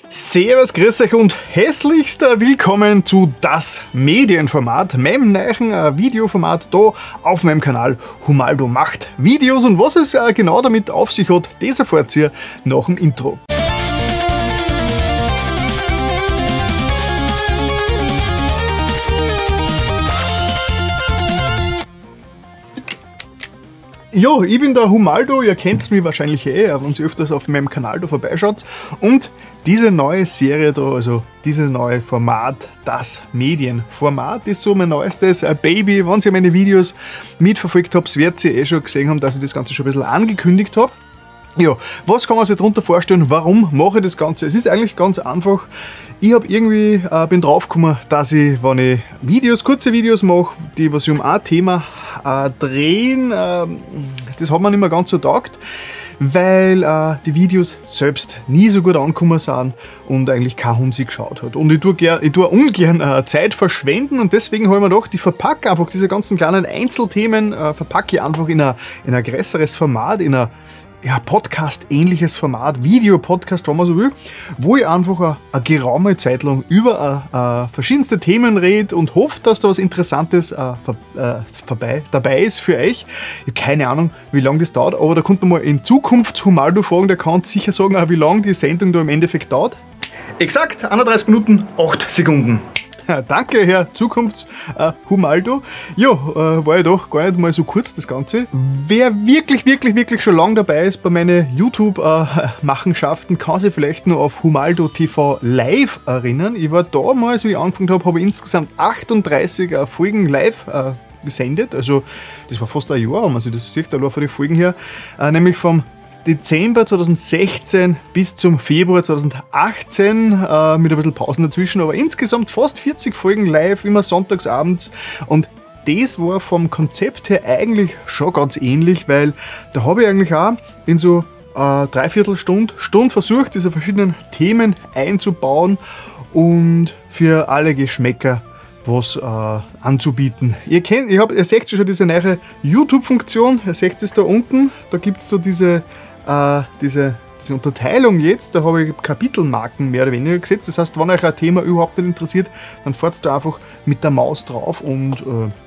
Servus, grüß euch und herzlichster willkommen zu Das Medienformat, meinem neuen Videoformat da auf meinem Kanal Humaldo macht Videos. Und was es genau damit auf sich hat, das erfahrt ihr nach dem Intro. Ja, ich bin der Humaldo, ihr kennt mich wahrscheinlich wenn ihr öfters auf meinem Kanal da vorbeischaut. Und diese neue Serie da, also dieses neue Format, das Medienformat, ist so mein neuestes Baby. Wenn ihr meine Videos mitverfolgt habt, werdet ihr schon gesehen haben, dass ich das Ganze schon ein bisschen angekündigt habe. Ja, was kann man sich darunter vorstellen? Warum mache ich das Ganze? Es ist eigentlich ganz einfach. Ich habe irgendwie bin draufgekommen, dass ich, wenn ich kurze Videos mache, die was sich um ein Thema drehen, das hat mir nicht mehr ganz so taugt, weil die Videos selbst nie so gut angekommen sind und eigentlich kein Hund sie geschaut hat. Und ich tue ungern Zeit verschwenden und deswegen habe ich mir gedacht, ich verpacke einfach diese ganzen kleinen Einzelthemen, verpacke ich einfach in ein größeres Format, in ein Podcast-ähnliches Format, Videopodcast, wenn man so will, wo ich einfach eine geraume Zeit lang über verschiedenste Themen rede und hoffe, dass da was Interessantes dabei ist für euch. Ich habe keine Ahnung, wie lange das dauert, aber da könnte man mal in Zukunft Humaldo fragen, der kann sicher sagen, wie lange die Sendung da im Endeffekt dauert. Exakt 31 Minuten, 8 Sekunden. Danke, Herr Zukunfts-Humaldo. Ja, war ja doch gar nicht mal so kurz das Ganze. Wer wirklich schon lange dabei ist bei meinen YouTube-Machenschaften, kann sich vielleicht nur auf Humaldo TV Live erinnern. Ich war damals, wie ich angefangen habe ich insgesamt 38 Folgen live gesendet. Also das war fast ein Jahr, wenn man sich das sieht, allein von den Folgen her. Nämlich vom Dezember 2016 bis zum Februar 2018 mit ein bisschen Pausen dazwischen, aber insgesamt fast 40 Folgen live, immer sonntagsabends, und das war vom Konzept her eigentlich schon ganz ähnlich, weil da habe ich eigentlich auch in so Dreiviertelstunde Stunde versucht, diese verschiedenen Themen einzubauen und für alle Geschmäcker was anzubieten. Ihr seht schon diese neue YouTube-Funktion, ihr seht es da unten, da gibt es so diese Unterteilung jetzt, da habe ich Kapitelmarken mehr oder weniger gesetzt. Das heißt, wenn euch ein Thema überhaupt nicht interessiert, dann fahrt da einfach mit der Maus drauf und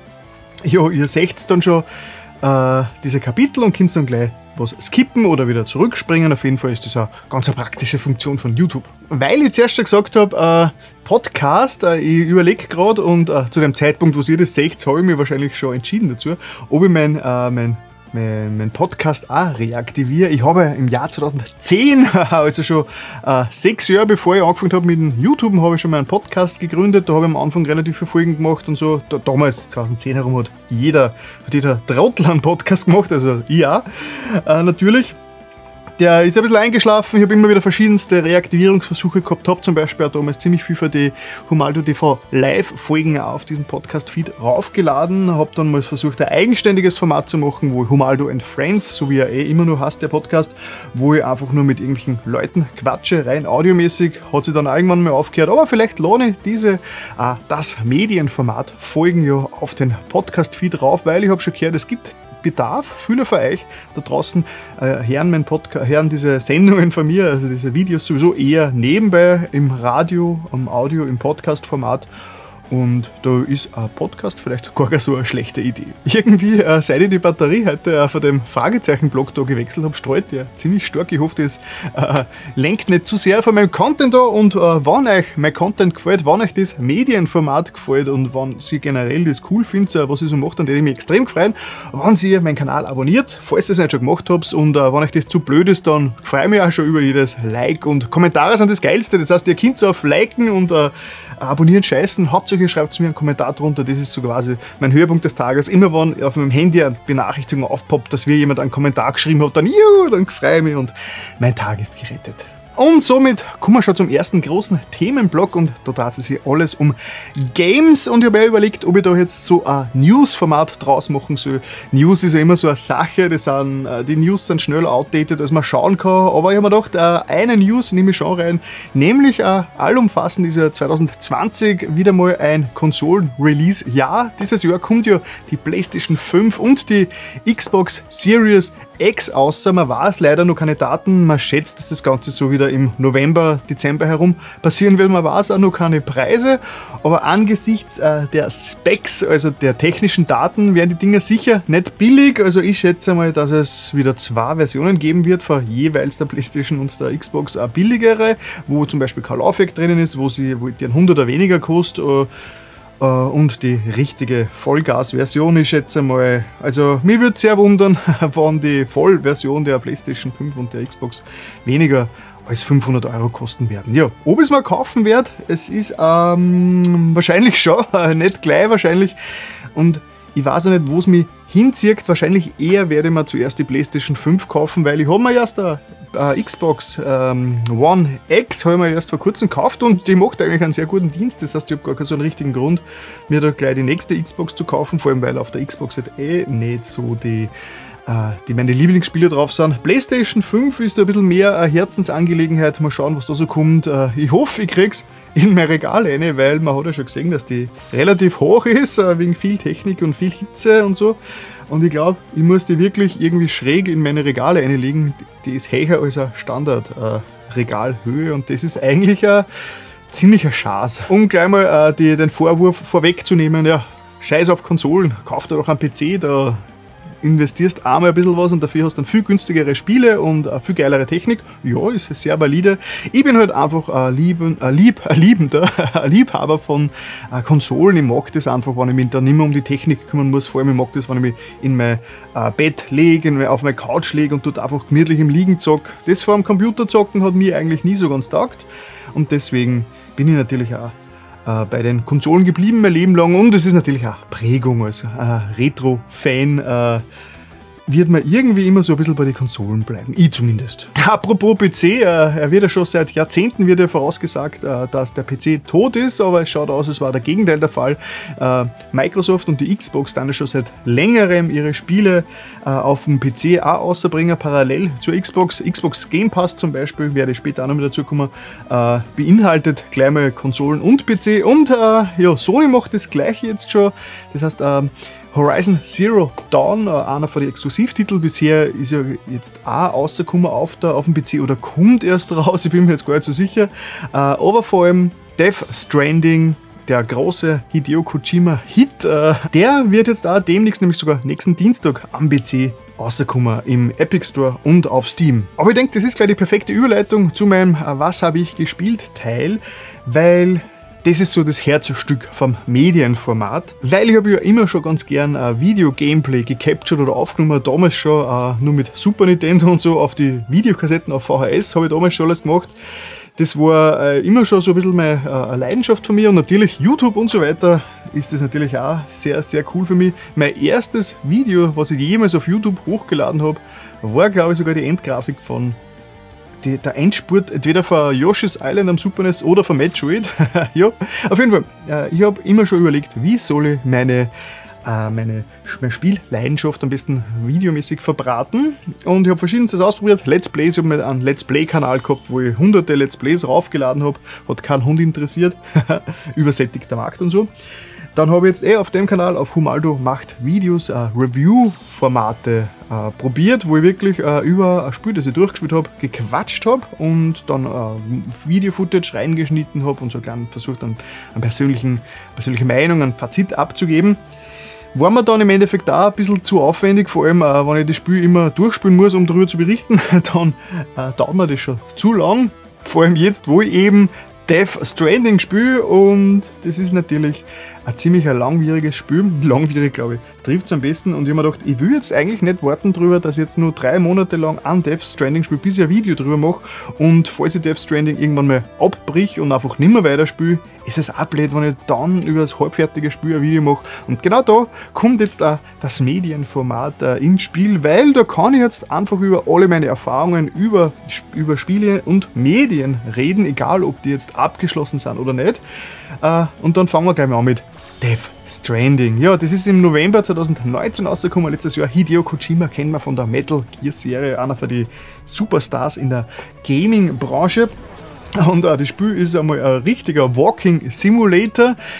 ihr seht dann schon diese Kapitel und könnt dann gleich was skippen oder wieder zurückspringen. Auf jeden Fall ist das eine ganz praktische Funktion von YouTube. Weil ich zuerst schon gesagt habe, Podcast, ich überlege gerade und zu dem Zeitpunkt, wo ihr das seht, habe ich mich wahrscheinlich schon entschieden dazu, ob ich mein Podcast auch reaktiviere. Ich habe im Jahr 2010, also schon 6 Jahre bevor ich angefangen habe mit dem YouTube, habe ich schon mal einen Podcast gegründet. Da habe ich am Anfang relativ viele Folgen gemacht und so. Damals, 2010 herum, hat jeder Trottel einen Podcast gemacht, also ich auch. Natürlich. Der ist ein bisschen eingeschlafen, ich habe immer wieder verschiedenste Reaktivierungsversuche gehabt, habe zum Beispiel auch damals ziemlich viel für die Humaldo TV Live-Folgen auf diesen Podcast-Feed raufgeladen, habe dann mal versucht, ein eigenständiges Format zu machen, wo Humaldo and Friends, so wie er immer nur heißt, der Podcast, wo ich einfach nur mit irgendwelchen Leuten quatsche, rein audiomäßig, hat sich dann irgendwann mal aufgehört, aber vielleicht lohne diese das Medienformat Folgen ja auf den Podcast-Feed rauf, weil ich habe schon gehört, es gibt Bedarf. Viele von euch da draußen hören diese Sendungen von mir, also diese Videos sowieso eher nebenbei im Radio, am Audio, im Podcast-Format. Und da ist ein Podcast vielleicht gar so eine schlechte Idee. Irgendwie, seit ich die Batterie heute von dem Fragezeichen-Blog da gewechselt habe, strahlt der ziemlich stark. Ich hoffe, das lenkt nicht zu sehr von meinem Content da. Und wenn euch mein Content gefällt, wenn euch das Medienformat gefällt und wenn ihr generell das cool findet, was ich so mache, dann würde ich mich extrem freuen, wenn ihr meinen Kanal abonniert, falls ihr es nicht schon gemacht habt. Und wenn euch das zu blöd ist, dann freue ich mich auch schon über jedes Like. Und Kommentare sind das Geilste. Das heißt, ihr könnt auf Liken und Abonnieren scheißen. Hauptsächlich schreibt mir einen Kommentar drunter. Das ist so quasi mein Höhepunkt des Tages. Immer wenn auf meinem Handy eine Benachrichtigung aufpoppt, dass jemand einen Kommentar geschrieben hat, dann freue ich mich und mein Tag ist gerettet. Und somit kommen wir schon zum ersten großen Themenblock und da dreht sich alles um Games und ich habe mir überlegt, ob ich da jetzt so ein News-Format draus machen soll. News ist ja immer so eine Sache, die News sind schneller outdated, als man schauen kann, aber ich habe mir gedacht, eine News nehme ich schon rein, nämlich allumfassend ist ja 2020 wieder mal ein Konsolen-Release. Ja, dieses Jahr kommt ja die PlayStation 5 und die Xbox Series X außer, man weiß leider noch keine Daten, man schätzt, dass das Ganze so wieder im November, Dezember herum passieren wird, man weiß auch noch keine Preise, aber angesichts der Specs, also der technischen Daten, werden die Dinger sicher nicht billig, also ich schätze mal, dass es wieder 2 Versionen geben wird, für jeweils der PlayStation und der Xbox eine billigere, wo zum Beispiel kein Laufwerk drinnen ist, wo die ein 100er weniger kostet, und die richtige Vollgas-Version, ich schätze mal, also mich würde sehr wundern, wann die Vollversion der PlayStation 5 und der Xbox weniger als 500 € kosten werden. Ja, ob ich es mal kaufen werde, es ist wahrscheinlich schon, nicht gleich wahrscheinlich, und ich weiß auch nicht, wo es mich hinzieht. Wahrscheinlich eher werde ich mir zuerst die PlayStation 5 kaufen, weil ich habe mir erst eine Xbox One X habe ich mir erst vor kurzem gekauft und die macht eigentlich einen sehr guten Dienst. Das heißt, ich habe gar keinen so einen richtigen Grund, mir da gleich die nächste Xbox zu kaufen, vor allem weil auf der Xbox halt nicht so die meine Lieblingsspiele drauf sind. PlayStation 5 ist da ein bisschen mehr eine Herzensangelegenheit. Mal schauen, was da so kommt. Ich hoffe, ich krieg's in mein Regal rein, weil man hat ja schon gesehen, dass die relativ hoch ist, wegen viel Technik und viel Hitze und so. Und ich glaube, ich muss die wirklich irgendwie schräg in meine Regale reinlegen. Die ist höher als eine Standard-Regalhöhe und das ist eigentlich ein ziemlicher Schaß. Um gleich mal den Vorwurf vorwegzunehmen, ja, scheiß auf Konsolen, kauf dir doch einen PC, da investierst einmal ein bisschen was und dafür hast du dann viel günstigere Spiele und viel geilere Technik. Ja, ist sehr valide. Ich bin halt einfach ein Liebhaber von Konsolen. Ich mag das einfach, wenn ich mich da nicht mehr um die Technik kümmern muss. Vor allem ich mag das, wenn ich mich in mein Bett lege, auf meine Couch lege und dort einfach gemütlich im Liegen zocke. Das vor dem Computer zocken hat mir eigentlich nie so ganz taugt. Und deswegen bin ich natürlich auch bei den Konsolen geblieben mein Leben lang, und es ist natürlich auch Prägung, als Retro-Fan wird man irgendwie immer so ein bisschen bei den Konsolen bleiben. Ich zumindest. Apropos PC, er wird ja schon seit Jahrzehnten wird ja vorausgesagt, dass der PC tot ist, aber es schaut aus, es war der Gegenteil der Fall. Microsoft und die Xbox dann schon seit längerem ihre Spiele auf dem PC auch rausbringen, parallel zur Xbox. Xbox Game Pass zum Beispiel, werde ich später auch noch mit dazu kommen, beinhaltet gleich mal Konsolen und PC, und ja, Sony macht das gleiche jetzt schon. Das heißt, Horizon Zero Dawn, einer von den Exklusivtiteln bisher, ist ja jetzt auch rausgekommen auf dem PC oder kommt erst raus, ich bin mir jetzt gar nicht so sicher. Aber vor allem Death Stranding, der große Hideo Kojima-Hit, der wird jetzt auch demnächst, nämlich sogar nächsten Dienstag am PC rausgekommen im Epic Store und auf Steam. Aber ich denke, das ist gleich die perfekte Überleitung zu meinem Was habe ich gespielt Teil, weil das ist so das Herzstück vom Medienformat, weil ich habe ja immer schon ganz gern Video-Gameplay gecaptured oder aufgenommen, damals schon nur mit Super Nintendo und so auf die Videokassetten auf VHS habe ich damals schon alles gemacht. Das war immer schon so ein bisschen meine Leidenschaft von mir, und natürlich YouTube und so weiter ist das natürlich auch sehr, sehr cool für mich. Mein erstes Video, was ich jemals auf YouTube hochgeladen habe, war, glaube ich, sogar die Endgrafik von der Endspurt, entweder von Yoshi's Island am Super NES oder von Metroid. Ja, auf jeden Fall. Ich habe immer schon überlegt, wie soll ich meine Spielleidenschaft am besten videomäßig verbraten. Und ich habe Verschiedenes ausprobiert. Let's Plays, ich habe mal einen Let's Play-Kanal gehabt, wo ich hunderte Let's Plays raufgeladen habe. Hat keinen Hund interessiert. Übersättigter Markt und so. Dann habe ich jetzt auf dem Kanal auf Humaldo macht Videos Review-Formate probiert, wo ich wirklich über ein Spiel, das ich durchgespielt habe, gequatscht habe und dann Video-Footage reingeschnitten habe und so klein versucht, eine persönliche Meinung, ein Fazit abzugeben. War mir dann im Endeffekt auch ein bisschen zu aufwendig, vor allem wenn ich das Spiel immer durchspielen muss, um darüber zu berichten, dann dauert mir das schon zu lang. Vor allem jetzt, wo ich eben Death Stranding spiele, und das ist natürlich ein ziemlich langwieriges Spiel. Langwierig, glaube ich, trifft es am besten. Und ich habe mir gedacht, ich will jetzt eigentlich nicht warten drüber, dass ich jetzt nur 3 Monate lang an Death Stranding spiele, bis ich ein Video drüber mache. Und falls ich Death Stranding irgendwann mal abbrich und einfach nicht mehr weiterspiele, ist es auch blöd, wenn ich dann über das halbfertige Spiel ein Video mache. Und genau da kommt jetzt auch das Medienformat ins Spiel, weil da kann ich jetzt einfach über alle meine Erfahrungen über Spiele und Medien reden, egal ob die jetzt abgeschlossen sind oder nicht. Und dann fangen wir gleich mal an mit Death Stranding. Ja, das ist im November 2019 rausgekommen, letztes Jahr. Hideo Kojima kennen wir von der Metal Gear Serie, einer von den Superstars in der Gaming-Branche. Und das Spiel ist einmal ein richtiger Walking Simulator.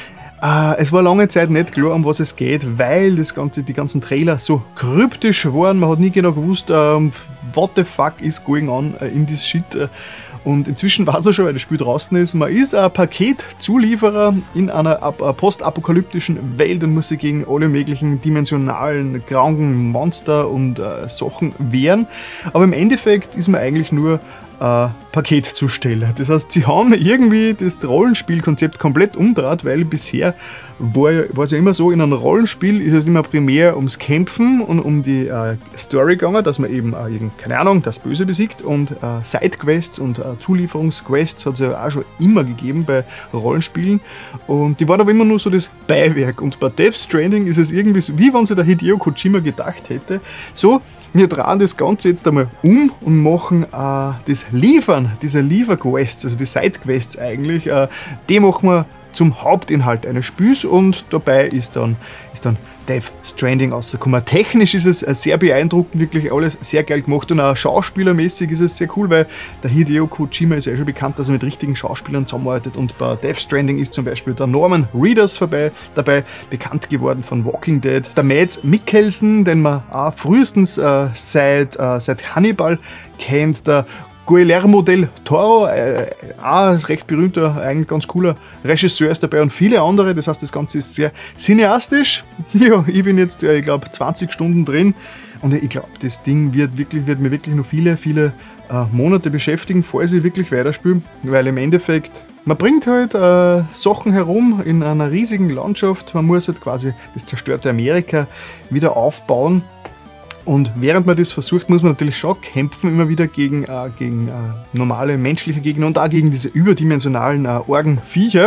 Es war lange Zeit nicht klar, um was es geht, weil die ganzen Trailer so kryptisch waren. Man hat nie genau gewusst, what the fuck is going on in this shit. Und inzwischen weiß man schon, weil das Spiel draußen ist, man ist ein Paketzulieferer in einer postapokalyptischen Welt und muss sich gegen alle möglichen dimensionalen, kranken Monster und Sachen wehren. Aber im Endeffekt ist man eigentlich nur Paketzusteller. Das heißt, sie haben irgendwie das Rollenspielkonzept komplett umgedreht, weil bisher war es ja immer so, in einem Rollenspiel ist es immer primär ums Kämpfen und um die Story gegangen, dass man eben, keine Ahnung, das Böse besiegt und Sidequests und Zulieferungsquests hat es ja auch schon immer gegeben bei Rollenspielen und die waren aber immer nur so das Beiwerk und bei Death Stranding ist es irgendwie so, wie wenn sich der Hideo Kojima gedacht hätte, so, wir drehen das Ganze jetzt einmal um und machen das Liefern, diese Lieferquests, also die Sidequests eigentlich, die machen wir zum Hauptinhalt eines Spiels und dabei ist dann Death Stranding rausgekommen. Technisch ist es sehr beeindruckend, wirklich alles sehr geil gemacht und auch schauspielermäßig ist es sehr cool, weil der Hideo Kojima ist ja schon bekannt, dass er mit richtigen Schauspielern zusammenarbeitet und bei Death Stranding ist zum Beispiel der Norman Reedus dabei, bekannt geworden von Walking Dead, der Mads Mikkelsen, den man auch frühestens seit Hannibal kennt, der Guillermo del Toro, auch recht berühmter, eigentlich ganz cooler Regisseur ist dabei und viele andere. Das heißt, das Ganze ist sehr cineastisch. Ja, ich bin jetzt, ich glaube, 20 Stunden drin und ich glaube, das Ding wird mir wirklich noch viele Monate beschäftigen, falls ich wirklich weiterspiele, weil im Endeffekt man bringt halt Sachen herum in einer riesigen Landschaft. Man muss halt quasi das zerstörte Amerika wieder aufbauen. Und während man das versucht, muss man natürlich schon kämpfen, immer wieder gegen normale menschliche Gegner und auch gegen diese überdimensionalen Orgenviecher.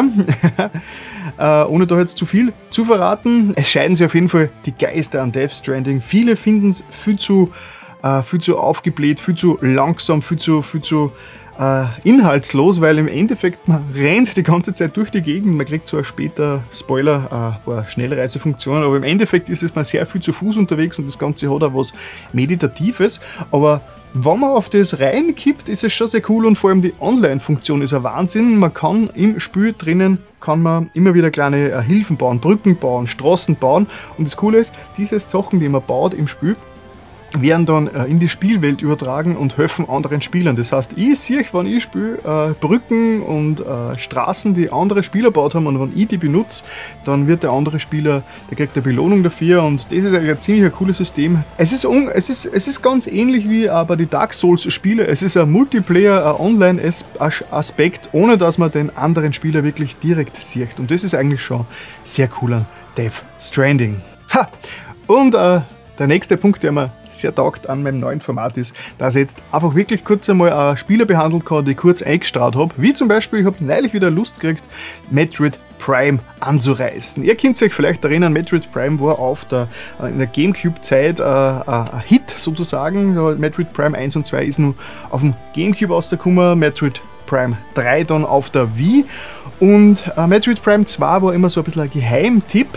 Ohne da jetzt zu viel zu verraten. Es scheiden sich auf jeden Fall die Geister an Death Stranding. Viele finden es viel zu aufgebläht, viel zu langsam, viel zu inhaltslos, weil im Endeffekt man rennt die ganze Zeit durch die Gegend, man kriegt zwar später, Spoiler, ein paar Schnellreisefunktionen, aber im Endeffekt ist es mal sehr viel zu Fuß unterwegs und das Ganze hat auch was Meditatives, aber wenn man auf das reinkippt, ist es schon sehr cool und vor allem die Online-Funktion ist ein Wahnsinn. Man kann im Spiel drinnen immer wieder kleine Hilfen bauen, Brücken bauen, Straßen bauen und das Coole ist, diese Sachen, die man baut im Spiel, werden dann in die Spielwelt übertragen und helfen anderen Spielern. Das heißt, ich sehe, wenn ich spiele, Brücken und Straßen, die andere Spieler gebaut haben und wenn ich die benutze, dann wird der andere Spieler, der kriegt eine Belohnung dafür und das ist eigentlich ein ziemlich cooles System. Es ist ganz ähnlich wie bei den Dark Souls Spiele. Es ist ein Multiplayer, ein Online-Aspekt, ohne dass man den anderen Spieler wirklich direkt sieht. Und das ist eigentlich schon sehr cool an Death Stranding. Ha! Und der nächste Punkt, der mir sehr taugt an meinem neuen Format ist, dass ich jetzt einfach wirklich kurz einmal Spieler behandelt kann, die ich kurz eingestrahlt habe. Wie zum Beispiel, ich habe neulich wieder Lust gekriegt, Metroid Prime anzureißen. Ihr könnt euch vielleicht erinnern, Metroid Prime war in der Gamecube-Zeit ein Hit sozusagen. Metroid Prime 1 und 2 ist nur auf dem Gamecube rausgekommen, Metroid Prime 3 dann auf der Wii und Metroid Prime 2 war immer so ein bisschen ein Geheimtipp.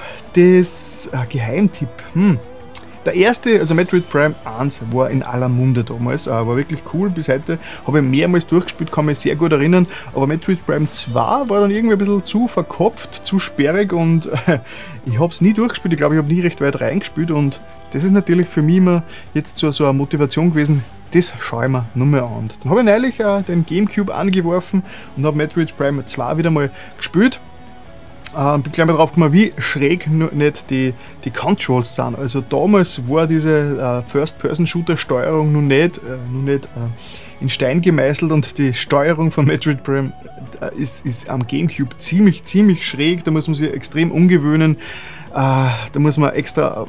Der erste, also Metroid Prime 1, war in aller Munde damals, war wirklich cool bis heute, habe ich mehrmals durchgespielt, kann mich sehr gut erinnern, aber Metroid Prime 2 war dann irgendwie ein bisschen zu verkopft, zu sperrig und ich habe es nie durchgespielt, ich glaube, ich habe nie recht weit reingespielt und das ist natürlich für mich immer jetzt so eine Motivation gewesen, das schaue ich mir nur mal an. Dann habe ich neulich den Gamecube angeworfen und habe Metroid Prime 2 wieder mal gespielt. Bin gleich mal drauf gekommen, wie schräg nicht die Controls sind. Also damals war diese First-Person-Shooter-Steuerung noch nicht in Stein gemeißelt und die Steuerung von Metroid Prime ist am Gamecube ziemlich schräg. Da muss man sich extrem umgewöhnen. Da muss man extra...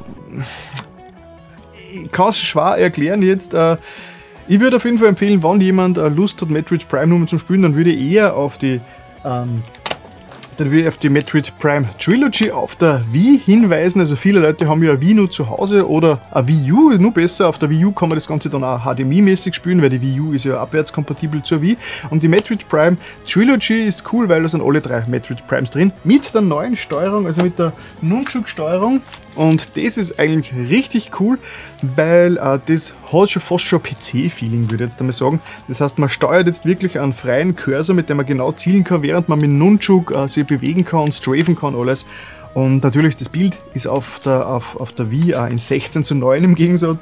Ich kann es schwer erklären jetzt. Ich würde auf jeden Fall empfehlen, wenn jemand Lust hat, Metroid Prime nur zu spielen, dann würde ich eher auf die Metroid Prime Trilogy auf der Wii hinweisen. Also viele Leute haben ja eine Wii nur zu Hause oder eine Wii U, nur besser. Auf der Wii U kann man das Ganze dann auch HDMI-mäßig spielen, weil die Wii U ist ja abwärtskompatibel zur Wii. Und die Metroid Prime Trilogy ist cool, weil da sind alle 3 Metroid Primes drin. Mit der neuen Steuerung, also mit der Nunchuk-Steuerung. Und das ist eigentlich richtig cool, weil das hat schon fast schon PC-Feeling, würde ich jetzt einmal sagen. Das heißt, man steuert jetzt wirklich einen freien Cursor, mit dem man genau zielen kann, während man mit Nunchuk sich bewegen kann und strafen kann, alles. Und natürlich, das Bild ist auf der Wii in 16:9 im Gegensatz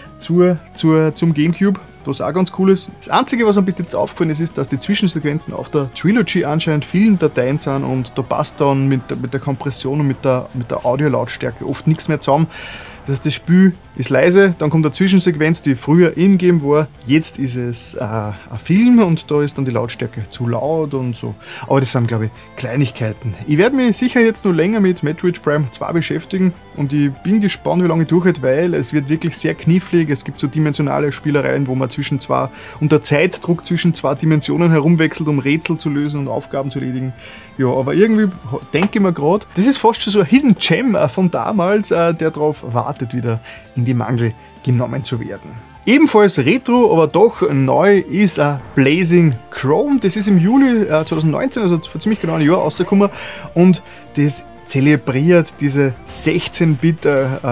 zum Gamecube, was auch ganz cool ist. Das Einzige, was mir bis jetzt aufgefallen ist, ist, dass die Zwischensequenzen auf der Trilogy anscheinend vielen Dateien sind und da passt dann mit der Kompression und mit der Audiolautstärke oft nichts mehr zusammen. Das heißt, das Spiel ist leise, dann kommt eine Zwischensequenz, die früher in-game war, jetzt ist es ein Film und da ist dann die Lautstärke zu laut und so. Aber das sind, glaube ich, Kleinigkeiten. Ich werde mich sicher jetzt noch länger mit Metroid Prime 2 beschäftigen und ich bin gespannt, wie lange ich durchhalte, weil es wird wirklich sehr knifflig. Es gibt so dimensionale Spielereien, wo man unter Zeitdruck zwischen zwei Dimensionen herumwechselt, um Rätsel zu lösen und Aufgaben zu erledigen. Ja, aber irgendwie denke ich mir gerade, das ist fast schon so ein Hidden Gem von damals, der darauf wartet, wieder in die Mangel genommen zu werden. Ebenfalls retro, aber doch neu ist Blazing Chrome. Das ist im Juli 2019, also vor ziemlich genau einem Jahr rausgekommen und das zelebriert diese 16-Bit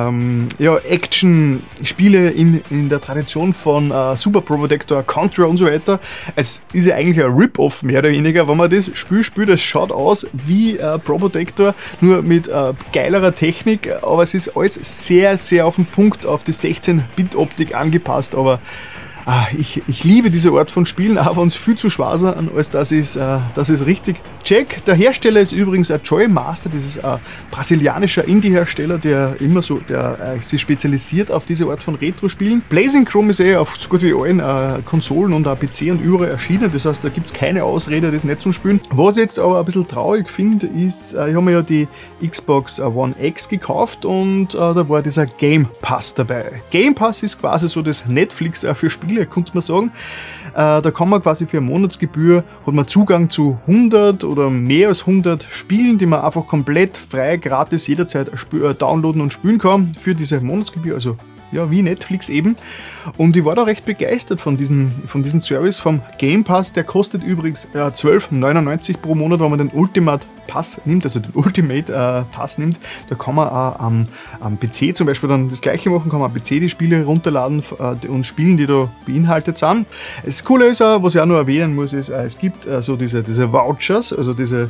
Action-Spiele in der Tradition von Super Probotector, Contra und so weiter. Es ist ja eigentlich ein Rip-Off mehr oder weniger, wenn man das Spiel spielt, es schaut aus wie Probotector, nur mit geilerer Technik, aber es ist alles sehr, sehr auf den Punkt auf die 16-Bit-Optik angepasst, aber ich liebe diese Art von Spielen, aber uns viel zu schwer sind, als das ist richtig check. Der Hersteller ist übrigens Joy Master, das ist ein brasilianischer Indie-Hersteller, der sich spezialisiert auf diese Art von Retro-Spielen. Blazing Chrome ist auf so gut wie allen Konsolen und auch PC und überall erschienen, das heißt, da gibt es keine Ausrede, das nicht zum Spielen. Was ich jetzt aber ein bisschen traurig finde, ist, ich habe mir ja die Xbox One X gekauft und da war dieser Game Pass dabei. Game Pass ist quasi so das Netflix für Spiele, könnte man sagen. Da kann man quasi für eine Monatsgebühr, hat man Zugang zu 100 oder mehr als 100 Spielen, die man einfach komplett frei, gratis jederzeit downloaden und spielen kann für diese Monatsgebühr, also ja, wie Netflix eben. Und ich war da recht begeistert von diesem Service vom Game Pass. Der kostet übrigens 12,99 pro Monat, wenn man den Ultimate Pass nimmt, also den Ultimate Pass nimmt. Da kann man auch am PC zum Beispiel dann das gleiche machen, kann man am PC die Spiele runterladen und spielen, die da beinhaltet sind. Das Coole ist auch, was ich auch noch erwähnen muss, ist, es gibt so diese Vouchers, also diese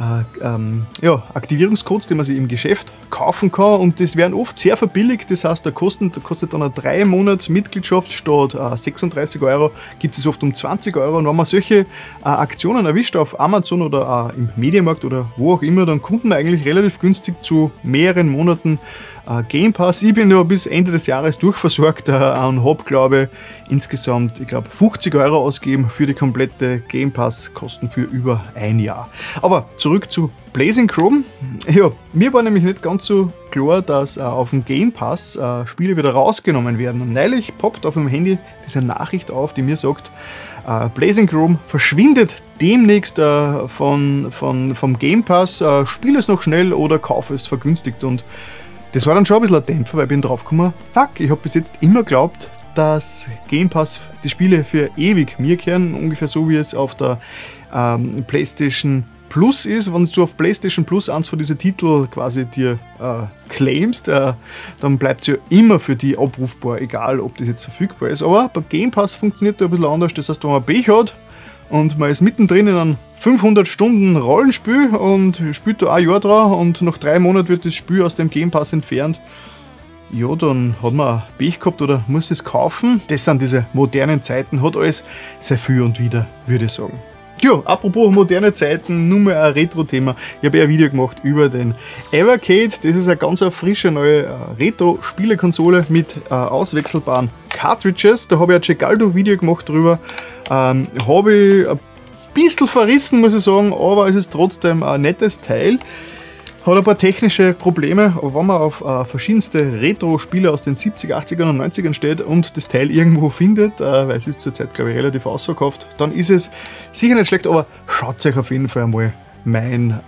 Aktivierungscodes, die man sich im Geschäft kaufen kann und das werden oft sehr verbilligt, das heißt, da kostet dann eine 3 Monats Mitgliedschaft statt 36 €, gibt es oft um 20 € und wenn man solche Aktionen erwischt auf Amazon oder im Mediamarkt oder wo auch immer, dann kommt man eigentlich relativ günstig zu mehreren Monaten Game Pass. Ich bin ja bis Ende des Jahres durchversorgt und habe, glaube ich, insgesamt, 50 € ausgegeben für die komplette Game Pass, Kosten für über ein Jahr. Aber zurück zu Blazing Chrome. Ja, mir war nämlich nicht ganz so klar, dass auf dem Game Pass Spiele wieder rausgenommen werden. Und neulich poppt auf dem Handy diese Nachricht auf, die mir sagt, Blazing Chrome verschwindet demnächst vom Game Pass, spiel es noch schnell oder kauf es vergünstigt. Und das war dann schon ein bisschen ein Dämpfer, weil ich bin drauf gekommen, ich habe bis jetzt immer geglaubt, dass Game Pass die Spiele für ewig mir kehren, ungefähr so wie es auf der PlayStation Plus ist. Wenn du auf PlayStation Plus eins von diesen Titel quasi dir claimst, dann bleibt es ja immer für die abrufbar, egal ob das jetzt verfügbar ist. Aber bei Game Pass funktioniert das ein bisschen anders. Das heißt, wenn man Pech hat und man ist mittendrin in einem 500 Stunden Rollenspiel und spielt da ein Jahr dran und nach 3 Monaten wird das Spiel aus dem Game Pass entfernt, ja, dann hat man Pech gehabt oder muss es kaufen. Das sind diese modernen Zeiten, hat alles sehr viel und wieder, würde ich sagen. Ja, apropos moderne Zeiten, nur mal ein Retro-Thema. Ich habe ja ein Video gemacht über den Evercade. Das ist eine ganz frische neue Retro-Spielekonsole mit auswechselbaren Cartridges. Da habe ich ein Cegaldo-Video gemacht drüber. Habe ich ein bisschen verrissen, muss ich sagen, aber es ist trotzdem ein nettes Teil. Hat ein paar technische Probleme, aber wenn man auf verschiedenste Retro-Spiele aus den 70er, 80ern und 90ern steht und das Teil irgendwo findet, weil es ist zurzeit, glaube ich, relativ ausverkauft, dann ist es sicher nicht schlecht, aber schaut euch auf jeden Fall einmal mein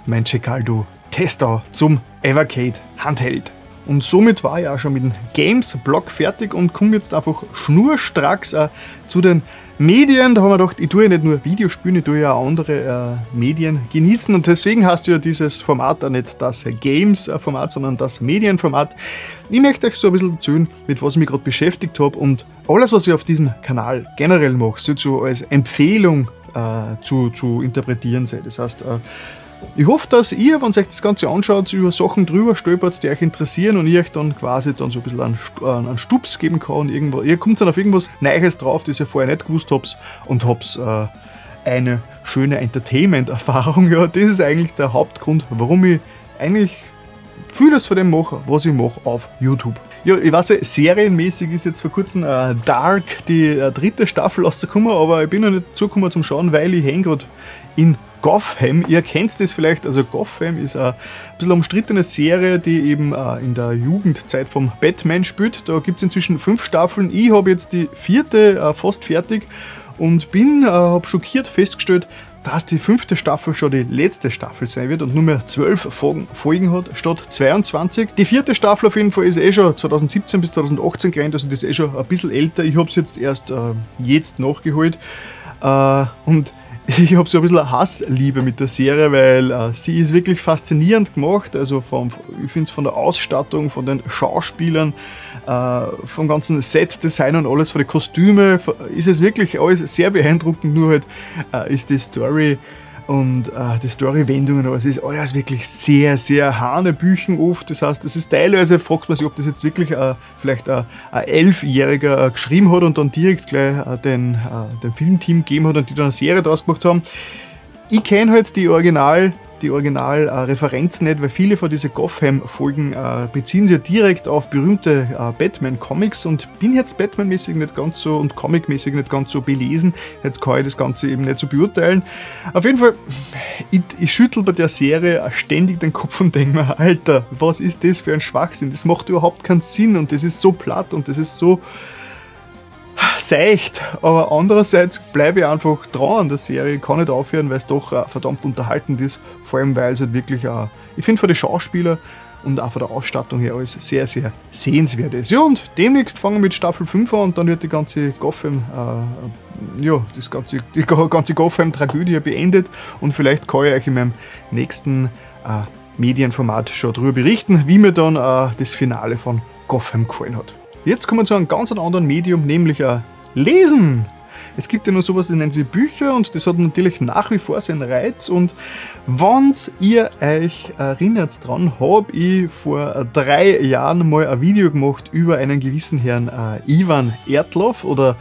Cegaldo-Test an zum Evercade Handheld. Und somit war ich auch schon mit dem Games-Blog fertig und komme jetzt einfach schnurstracks zu den Medien. Da haben wir gedacht, ich tue ja nicht nur Videospiele, ich tue ja auch andere Medien genießen. Und deswegen heißt ja dieses Format auch nicht das Games-Format, sondern das Medienformat. Ich möchte euch so ein bisschen erzählen, mit was ich mich gerade beschäftigt habe. Und alles, was ich auf diesem Kanal generell mache, soll so als Empfehlung zu interpretieren sei. Das heißt, ich hoffe, dass ihr, wenn ihr euch das Ganze anschaut, über Sachen drüber stolpert, die euch interessieren und ich euch dann quasi dann so ein bisschen einen Stups geben kann. Irgendwo. Ihr kommt dann auf irgendwas Neues drauf, das ihr vorher nicht gewusst habt und habt eine schöne Entertainment-Erfahrung. Ja, das ist eigentlich der Hauptgrund, warum ich eigentlich vieles von dem mache, was ich mache auf YouTube. Ja, ich weiß ja, serienmäßig ist jetzt vor kurzem Dark die 3. Staffel rausgekommen, aber ich bin noch nicht zugekommen zum Schauen, weil ich hänge gerade in Gotham. Ihr kennt das vielleicht, also Gotham ist eine bisschen umstrittene Serie, die eben in der Jugendzeit vom Batman spielt. Da gibt es inzwischen 5 Staffeln. Ich habe jetzt die 4. Fast fertig und habe schockiert festgestellt, dass die 5. Staffel schon die letzte Staffel sein wird und nur mehr 12 Folgen hat, statt 22. Die 4. Staffel auf jeden Fall ist schon 2017 bis 2018 gerannt, also das ist schon ein bisschen älter. Ich habe es jetzt erst jetzt nachgeholt und ich habe so ein bisschen eine Hassliebe mit der Serie, weil sie ist wirklich faszinierend gemacht. Also ich finde es von der Ausstattung, von den Schauspielern, vom ganzen Set-Design und alles, von den Kostümen, ist es wirklich alles sehr beeindruckend. Nur halt ist die Story und die Story-Wendungen, also ist alles wirklich sehr, sehr hanebüchen oft. Das heißt, das ist teilweise, fragt man sich, ob das jetzt wirklich vielleicht ein 11-Jähriger geschrieben hat und dann direkt gleich dem Filmteam gegeben hat und die dann eine Serie draus gemacht haben. Ich kenne halt die Original-Referenzen nicht, weil viele von diesen Gotham-Folgen beziehen sich ja direkt auf berühmte Batman-Comics und bin jetzt Batman-mäßig nicht ganz so und Comic-mäßig nicht ganz so belesen. Jetzt kann ich das Ganze eben nicht so beurteilen. Auf jeden Fall, ich schüttel bei der Serie ständig den Kopf und denke mir, Alter, was ist das für ein Schwachsinn? Das macht überhaupt keinen Sinn und das ist so platt und das ist so seicht, aber andererseits bleibe ich einfach dran an der Serie, ich kann nicht aufhören, weil es doch verdammt unterhaltend ist, vor allem weil es halt wirklich, ich finde von den Schauspielern und auch von der Ausstattung her alles sehr, sehr sehenswert ist. Ja, und demnächst fangen wir mit Staffel 5 an und dann wird die ganze Gotham, die ganze Gotham-Tragödie beendet und vielleicht kann ich euch in meinem nächsten Medienformat schon darüber berichten, wie mir dann das Finale von Gotham gefallen hat. Jetzt kommen wir zu einem ganz anderen Medium, nämlich Lesen. Es gibt ja noch sowas, das nennen sie Bücher und das hat natürlich nach wie vor seinen Reiz. Und wenn ihr euch erinnert dran, habe ich vor 3 Jahren mal ein Video gemacht über einen gewissen Herrn Ivan Ertlov oder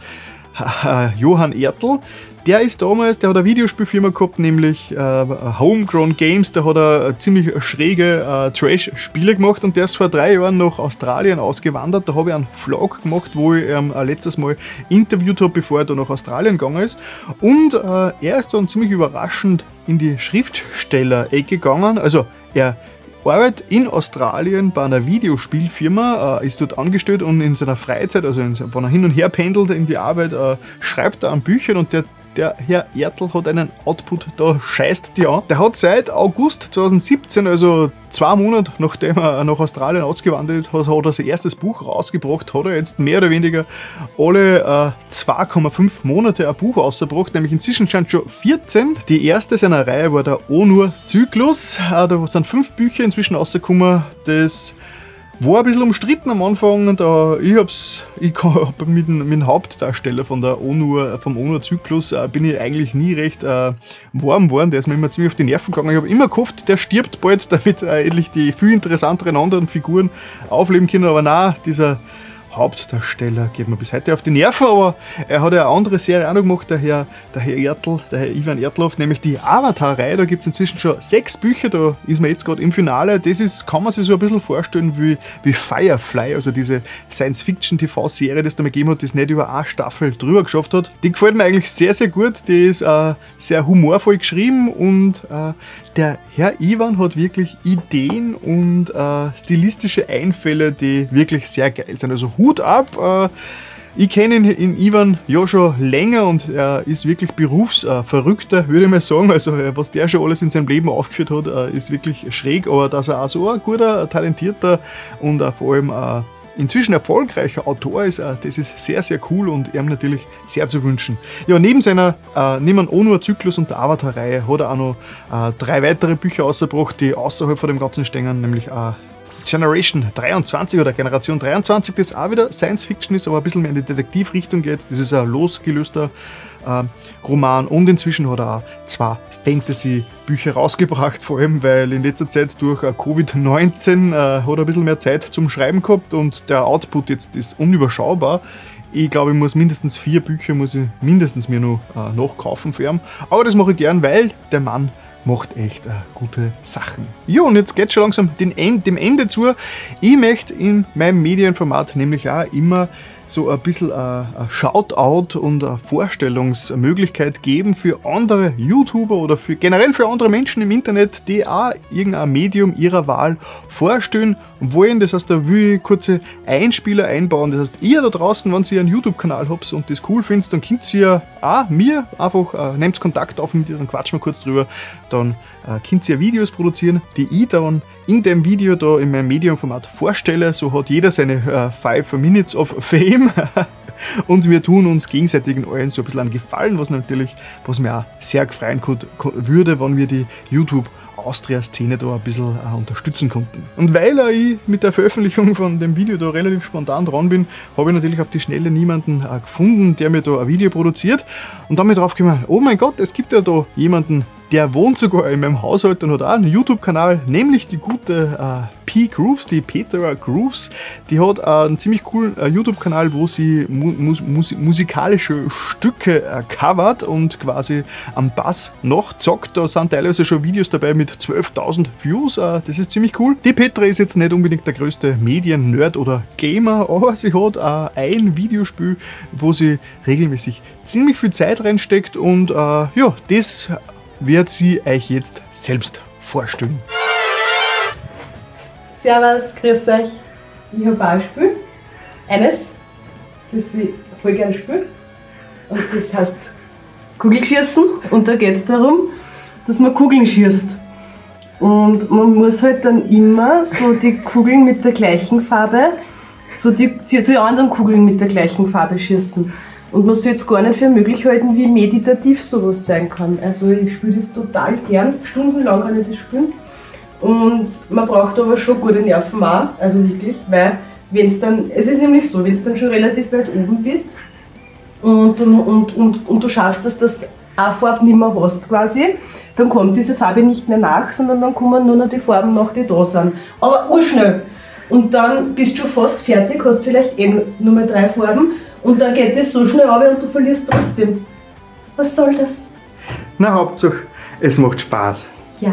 Johann Ertl. Der hat eine Videospielfirma gehabt, nämlich Homegrown Games. Da hat er ziemlich schräge Trash-Spiele gemacht und der ist vor 3 Jahren nach Australien ausgewandert. Da habe ich einen Vlog gemacht, wo ich letztes Mal interviewt habe, bevor er da nach Australien gegangen ist. Und er ist dann ziemlich überraschend in die Schriftsteller-Ecke gegangen. Also er arbeitet in Australien bei einer Videospielfirma, ist dort angestellt und in seiner Freizeit, also wenn er hin und her pendelt in die Arbeit, schreibt er an Büchern und der Herr Ertl hat einen Output, da scheißt die an. Der hat seit August 2017, also 2 Monate nachdem er nach Australien ausgewandert hat, hat er sein erstes Buch rausgebracht, hat er jetzt mehr oder weniger alle 2,5 Monate ein Buch rausgebracht, nämlich inzwischen schon 14. Die erste seiner Reihe war der Onur-Zyklus, da sind 5 Bücher inzwischen rausgekommen, das war ein bisschen umstritten am Anfang. Ich hab mit dem Hauptdarsteller vom Onur-Zyklus bin ich eigentlich nie recht warm geworden. Der ist mir immer ziemlich auf die Nerven gegangen. Ich habe immer gehofft, der stirbt bald, damit endlich die viel interessanteren anderen Figuren aufleben können. Aber nein, dieser Hauptdarsteller geht mir bis heute auf die Nerven, aber er hat ja eine andere Serie auch noch gemacht, der Herr Ivan Ertlov, nämlich die Avatar-Reihe. Da gibt es inzwischen schon 6 Bücher, da ist man jetzt gerade im Finale. Kann man sich so ein bisschen vorstellen wie Firefly, also diese Science-Fiction-TV-Serie, die es da mal gegeben hat, die es nicht über eine Staffel drüber geschafft hat. Die gefällt mir eigentlich sehr, sehr gut. Die ist sehr humorvoll geschrieben und der Herr Ivan hat wirklich Ideen und stilistische Einfälle, die wirklich sehr geil sind. Also Hut ab. Ich kenne ihn Ivan ja schon länger und er ist wirklich berufsverrückter, würde ich mal sagen. Also was der schon alles in seinem Leben aufgeführt hat, ist wirklich schräg. Aber dass er auch so ein guter, talentierter und vor allem inzwischen erfolgreicher Autor ist, das ist sehr, sehr cool und ihm natürlich sehr zu wünschen. Ja, neben dem Onur-Zyklus und der Avatar-Reihe hat er auch noch 3 weitere Bücher rausgebracht, die außerhalb von dem Ganzen stehen, nämlich Generation 23 oder Generation 23, das auch wieder Science Fiction ist, aber ein bisschen mehr in die Detektivrichtung geht. Das ist ein losgelöster Roman und inzwischen hat er auch 2 Fantasy-Bücher rausgebracht, vor allem weil in letzter Zeit durch Covid-19 hat er ein bisschen mehr Zeit zum Schreiben gehabt und der Output jetzt ist unüberschaubar. Ich glaube, ich muss mindestens 4 Bücher mir noch nachkaufen für ihn. Aber das mache ich gern, weil der Mann macht echt gute Sachen. Ja, und jetzt geht es schon langsam dem Ende zu. Ich möchte in meinem Medienformat nämlich auch immer so ein bisschen ein Shoutout und eine Vorstellungsmöglichkeit geben für andere YouTuber oder generell für andere Menschen im Internet, die auch irgendein Medium ihrer Wahl vorstellen wollen. Das heißt, da will ich kurze Einspieler einbauen. Das heißt, ihr da draußen, wenn ihr einen YouTube-Kanal habt und das cool findet, dann könnt ihr auch mir einfach, nehmt Kontakt auf mit mir, dann quatschen wir kurz drüber. Dann könnt ihr Videos produzieren, die ich dann in dem Video da in meinem Medienformat vorstelle. So hat jeder seine 5 Minutes of Fame. Und wir tun uns gegenseitig in allen so ein bisschen einen Gefallen, was mir auch sehr gefreuen würde, wenn wir die YouTube-Austria-Szene da ein bisschen unterstützen konnten. Und weil ich mit der Veröffentlichung von dem Video da relativ spontan dran bin, habe ich natürlich auf die Schnelle niemanden gefunden, der mir da ein Video produziert. Und dann bin ich drauf gekommen, oh mein Gott, es gibt ja da jemanden, der wohnt sogar in meinem Haushalt und hat auch einen YouTube-Kanal, nämlich die gute P. Grooves, die Petra Grooves. Die hat einen ziemlich coolen YouTube-Kanal, wo sie musikalische Stücke covert und quasi am Bass nachzockt. Da sind teilweise schon Videos dabei mit 12.000 Views. Das ist ziemlich cool. Die Petra ist jetzt nicht unbedingt der größte Medien-Nerd oder Gamer, aber sie hat ein Videospiel, wo sie regelmäßig ziemlich viel Zeit reinsteckt und das wird sie euch jetzt selbst vorstellen. Servus, grüß euch. Ich habe auch ein Spiel. Eines, das ich voll gern spiele. Und das heißt Kugelschießen. Und da geht es darum, dass man Kugeln schießt. Und man muss halt dann immer so die Kugeln mit der gleichen Farbe, so die anderen Kugeln mit der gleichen Farbe schießen. Und man soll es gar nicht für möglich halten, wie meditativ sowas sein kann. Also ich spiele das total gern, stundenlang kann ich das spielen. Und man braucht aber schon gute Nerven auch, also wirklich, weil es ist nämlich so, wenn du dann schon relativ weit oben bist und du schaffst, dass das eine Farbe nicht mehr hast quasi, dann kommt diese Farbe nicht mehr nach, sondern dann kommen nur noch die Farben nach, die da sind. Aber urschnell. Und dann bist du schon fast fertig, hast vielleicht nur mehr 3 Farben und dann geht das so schnell runter und du verlierst trotzdem. Was soll das? Na, Hauptsache, es macht Spaß. Ja.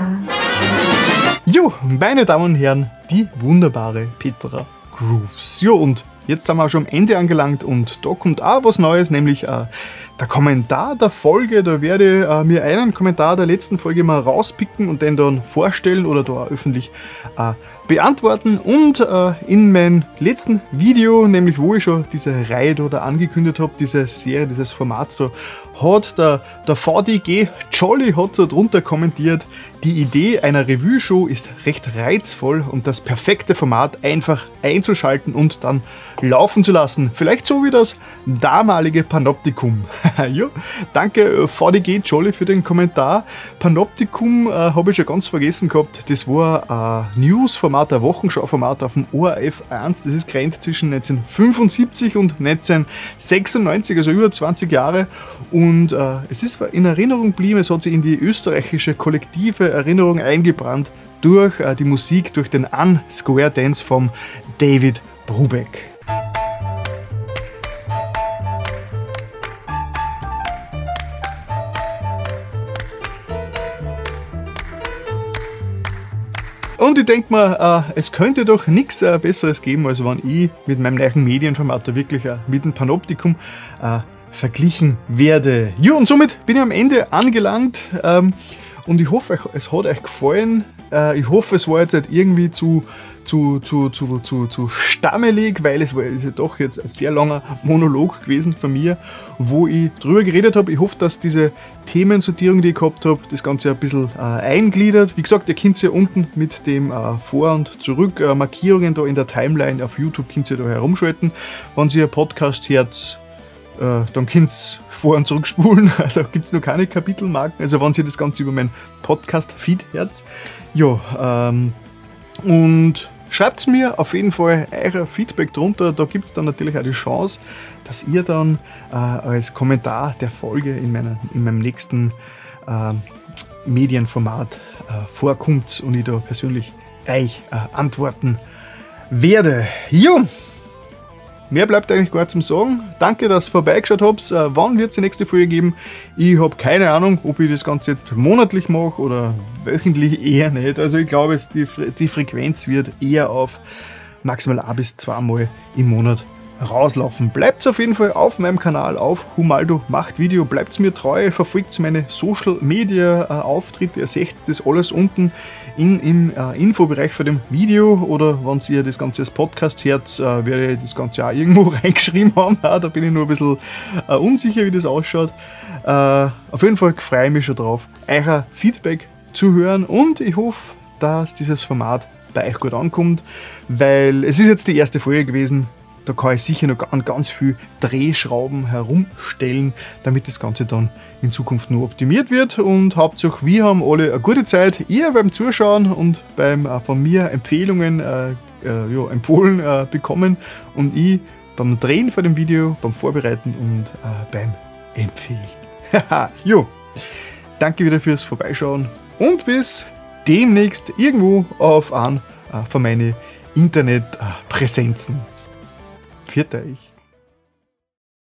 Jo, meine Damen und Herren, die wunderbare Petra Grooves. Jo, und jetzt sind wir auch schon am Ende angelangt und da kommt auch was Neues, nämlich der Kommentar der Folge. Da werde ich mir einen Kommentar der letzten Folge mal rauspicken und den dann vorstellen oder da öffentlich beantworten. Und in meinem letzten Video, nämlich wo ich schon diese Reihe da angekündigt habe, diese Serie, dieses Format da, hat der VDG Jolly hat da drunter kommentiert, die Idee einer Revue-Show ist recht reizvoll und das perfekte Format einfach einzuschalten und dann laufen zu lassen. Vielleicht so wie das damalige Panoptikum. Ja, danke VDG Jolly für den Kommentar. Panoptikum habe ich schon ganz vergessen gehabt. Das war ein News-Format, ein Wochenschau-Format auf dem ORF 1. Das ist grenzt zwischen 1975 und 1996, also über 20 Jahre. Und es ist in Erinnerung geblieben, es hat sich in die österreichische kollektive Erinnerung eingebrannt durch die Musik, durch den Square Dance von David Brubeck. Und ich denke mir, es könnte doch nichts Besseres geben, als wenn ich mit meinem neuen Medienformat da wirklich mit dem Panoptikum verglichen werde. Ja, und somit bin ich am Ende angelangt und ich hoffe, es hat euch gefallen. Ich hoffe, es war jetzt nicht irgendwie zu stammelig, weil ist ja doch jetzt ein sehr langer Monolog gewesen von mir, wo ich drüber geredet habe. Ich hoffe, dass diese Themensortierung, die ich gehabt habe, das Ganze ein bisschen eingliedert. Wie gesagt, ihr könnt ja unten mit dem Vor- und Zurück Markierungen da in der Timeline auf YouTube könnt ihr da herumschalten. Wenn ihr Podcast hört, dann könnt ihr vor- und zurückspulen, also gibt es noch keine Kapitelmarken, also wenn ihr das Ganze über meinen Podcast-Feed hört. Ja, und schreibt mir auf jeden Fall euer Feedback drunter. Da gibt es dann natürlich auch die Chance, dass ihr dann als Kommentar der Folge in meinem nächsten Medienformat vorkommt und ich da persönlich euch antworten werde. Jo, mehr bleibt eigentlich gar nicht zum Sagen. Danke, dass ihr vorbeigeschaut habt. Wann wird es die nächste Folge geben? Ich habe keine Ahnung, ob ich das Ganze jetzt monatlich mache oder wöchentlich, eher nicht. Also ich glaube, die Frequenz wird eher auf maximal 1 bis 2 Mal im Monat rauslaufen. Bleibt auf jeden Fall auf meinem Kanal, auf Humaldo macht Video, bleibt mir treu, verfolgt meine Social Media Auftritte, ihr seht das alles unten im Infobereich von dem Video, oder wenn ihr das Ganze als Podcast hört, werde ich das Ganze auch irgendwo reingeschrieben haben, da bin ich nur ein bisschen unsicher, wie das ausschaut. Auf jeden Fall freue ich mich schon drauf, euer Feedback zu hören, und ich hoffe, dass dieses Format bei euch gut ankommt, weil es ist jetzt die erste Folge gewesen. Da kann ich sicher noch an ganz viel Drehschrauben herumstellen, damit das Ganze dann in Zukunft nur optimiert wird. Und Hauptsache, wir haben alle eine gute Zeit, ihr beim Zuschauen und beim von mir Empfehlungen empfohlen bekommen, und ich beim Drehen von dem Video, beim Vorbereiten und beim Empfehlen. Jo, danke wieder fürs Vorbeischauen und bis demnächst irgendwo auf einen von meinen Internetpräsenzen. Pfiat euch.